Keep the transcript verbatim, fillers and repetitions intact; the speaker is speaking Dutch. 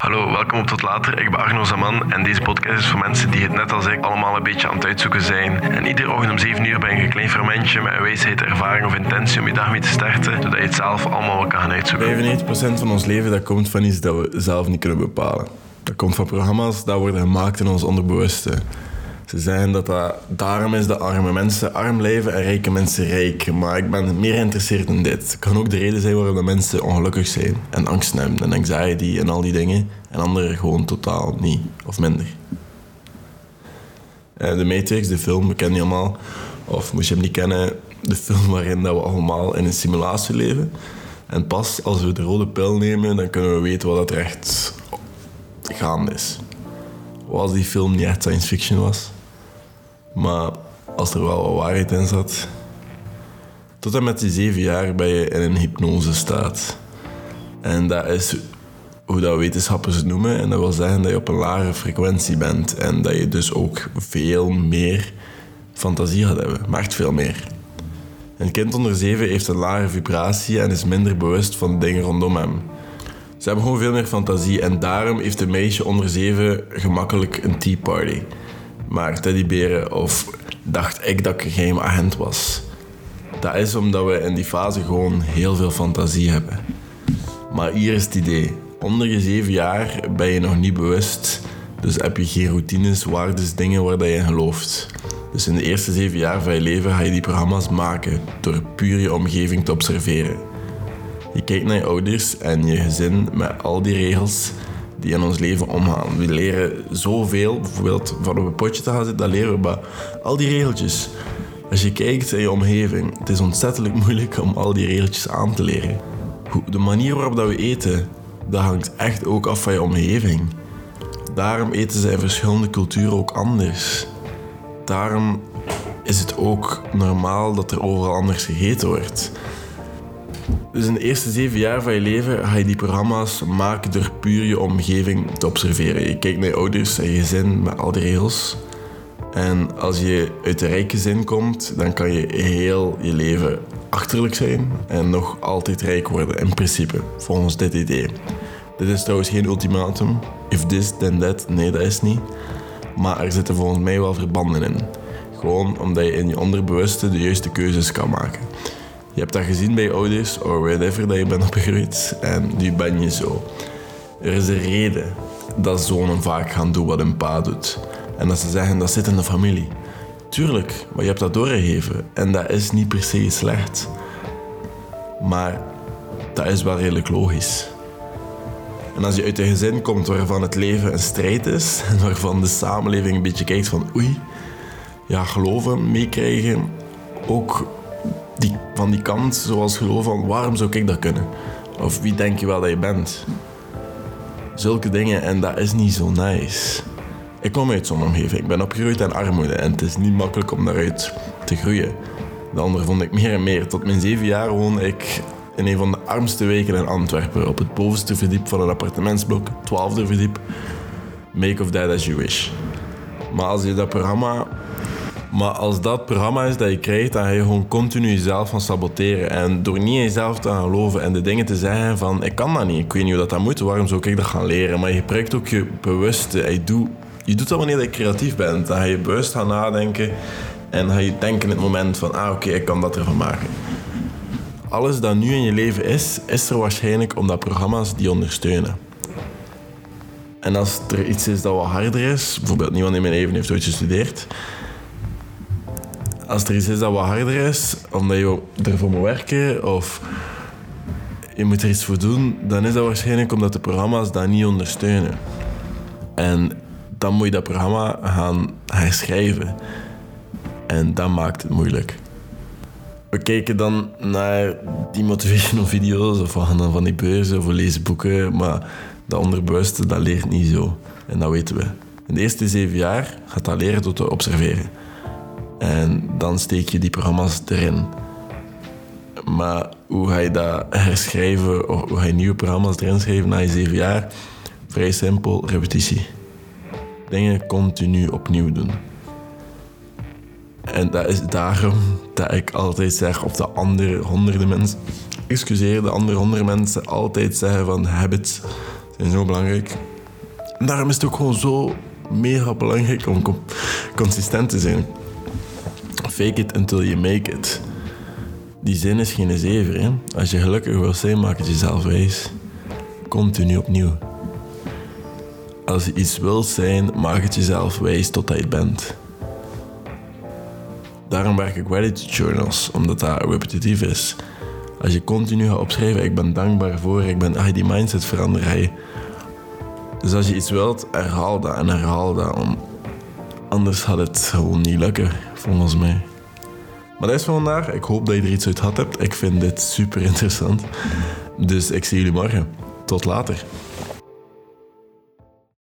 Hallo, welkom op Tot Later. Ik ben Arno Zaman en deze podcast is voor mensen die het net als ik allemaal een beetje aan het uitzoeken zijn. En iedere ochtend om zeven uur ben je een klein fermentje met een wijsheid, ervaring of intentie om je dag mee te starten, zodat je het zelf allemaal wel kan gaan uitzoeken. vijfennegentig procent van ons leven dat komt van iets dat we zelf niet kunnen bepalen. Dat komt van programma's dat worden gemaakt in ons onderbewuste. Ze zeggen dat dat daarom is dat arme mensen arm blijven en rijke mensen rijk. Maar ik ben meer geïnteresseerd in dit. Het kan ook de reden zijn waarom de mensen ongelukkig zijn. En angst hebben en anxiety en al die dingen. En anderen gewoon totaal niet. Of minder. De Matrix, de film, we kennen die allemaal. Of moest je hem niet kennen, de film waarin dat we allemaal in een simulatie leven. En pas als we de rode pil nemen, dan kunnen we weten wat er echt gaande is. Was die film niet echt science fiction was. Maar als er wel wat waarheid in zat. Tot en met die zeven jaar ben je in een hypnosestaat. En dat is hoe dat wetenschappers het noemen. En dat wil zeggen dat je op een lage frequentie bent. En dat je dus ook veel meer fantasie gaat hebben. Maar echt veel meer. Een kind onder zeven heeft een lage vibratie en is minder bewust van de dingen rondom hem. Ze hebben gewoon veel meer fantasie en daarom heeft een meisje onder zeven gemakkelijk een tea party. Maar teddyberen of dacht ik dat ik een geheim agent was. Dat is omdat we in die fase gewoon heel veel fantasie hebben. Maar hier is het idee. Onder je zeven jaar ben je nog niet bewust. Dus heb je geen routines, waardes, dingen waar je in gelooft. Dus in de eerste zeven jaar van je leven ga je die programma's maken door puur je omgeving te observeren. Je kijkt naar je ouders en je gezin met al die regels die in ons leven omgaan. We leren zoveel, bijvoorbeeld van op een potje te gaan zitten, dat leren we bij al die regeltjes. Als je kijkt in je omgeving, het is ontzettend moeilijk om al die regeltjes aan te leren. De manier waarop we eten, dat hangt echt ook af van je omgeving. Daarom eten ze in verschillende culturen ook anders. Daarom is het ook normaal dat er overal anders gegeten wordt. Dus in de eerste zeven jaar van je leven ga je die programma's maken door puur je omgeving te observeren. Je kijkt naar je ouders en je gezin met al die regels. En als je uit een rijk gezin komt, dan kan je heel je leven achterlijk zijn en nog altijd rijk worden, in principe, volgens dit idee. Dit is trouwens geen ultimatum. If this, then that. Nee, dat is niet. Maar er zitten volgens mij wel verbanden in. Gewoon omdat je in je onderbewuste de juiste keuzes kan maken. Je hebt dat gezien bij je ouders, of whatever dat je bent opgegroeid, en nu ben je zo. Er is een reden dat zonen vaak gaan doen wat hun pa doet. En dat ze zeggen, dat zit in de familie. Tuurlijk, maar je hebt dat doorgegeven. En dat is niet per se slecht. Maar dat is wel redelijk logisch. En als je uit een gezin komt waarvan het leven een strijd is, en waarvan de samenleving een beetje kijkt van oei, ja, geloven, meekrijgen, ook die, van die kant, zoals geloven van waarom zou ik dat kunnen? Of wie denk je wel dat je bent? Zulke dingen, en dat is niet zo nice. Ik kom uit zo'n omgeving. Ik ben opgegroeid in armoede en het is niet makkelijk om daaruit te groeien. Dat ondervond ik meer en meer. Tot mijn zeven jaar woonde ik in een van de armste wijken in Antwerpen. Op het bovenste verdiep van een appartementsblok, twaalfde verdiep. Make of that as you wish. Maar als je dat programma... Maar als dat programma is dat je krijgt, dan ga je gewoon continu jezelf gaan saboteren. En door niet in jezelf te gaan geloven en de dingen te zeggen van ik kan dat niet, ik weet niet hoe dat, dat moet, waarom zou ik dat gaan leren? Maar je gebruikt ook je bewuste. Je doet, je doet dat wanneer je creatief bent. Dan ga je bewust gaan nadenken en ga je denken in het moment van ah oké, okay, ik kan dat ervan maken. Alles dat nu in je leven is, is er waarschijnlijk omdat programma's die ondersteunen. En als er iets is dat wat harder is, bijvoorbeeld niemand in mijn leven heeft ooit gestudeerd, als er iets is dat wat harder is, omdat je ervoor moet werken of je moet er iets voor doen, dan is dat waarschijnlijk omdat de programma's dat niet ondersteunen. En dan moet je dat programma gaan herschrijven. En dat maakt het moeilijk. We kijken dan naar die motivational video's of we gaan dan van die beurzen of we lezen boeken, maar dat onderbewuste, dat leert niet zo. En dat weten we. In de eerste zeven jaar gaat dat leren door te observeren. En dan steek je die programma's erin. Maar hoe ga je dat herschrijven, of hoe ga je nieuwe programma's erin schrijven na je zeven jaar? Vrij simpel, repetitie. Dingen continu opnieuw doen. En dat is daarom dat ik altijd zeg, of de andere honderden mensen, excuseer, de andere honderden mensen altijd zeggen van habits zijn zo belangrijk. En daarom is het ook gewoon zo mega belangrijk om com- consistent te zijn. Fake it until you make it. Die zin is geen zever, hè. Als je gelukkig wil zijn, maak het jezelf wijs. Continu opnieuw. Als je iets wilt zijn, maak het jezelf wijs totdat je het bent. Daarom werk ik gratitude journals, omdat dat repetitief is. Als je continu gaat opschrijven, ik ben dankbaar voor, ik ben, ga je die mindset veranderen. Dus als je iets wilt, herhaal dat en herhaal dat. Om, anders gaat het gewoon niet lukken, volgens mij. Maar dat is voor vandaag. Ik hoop dat je er iets uit gehad hebt. Ik vind dit super interessant. Dus ik zie jullie morgen. Tot later.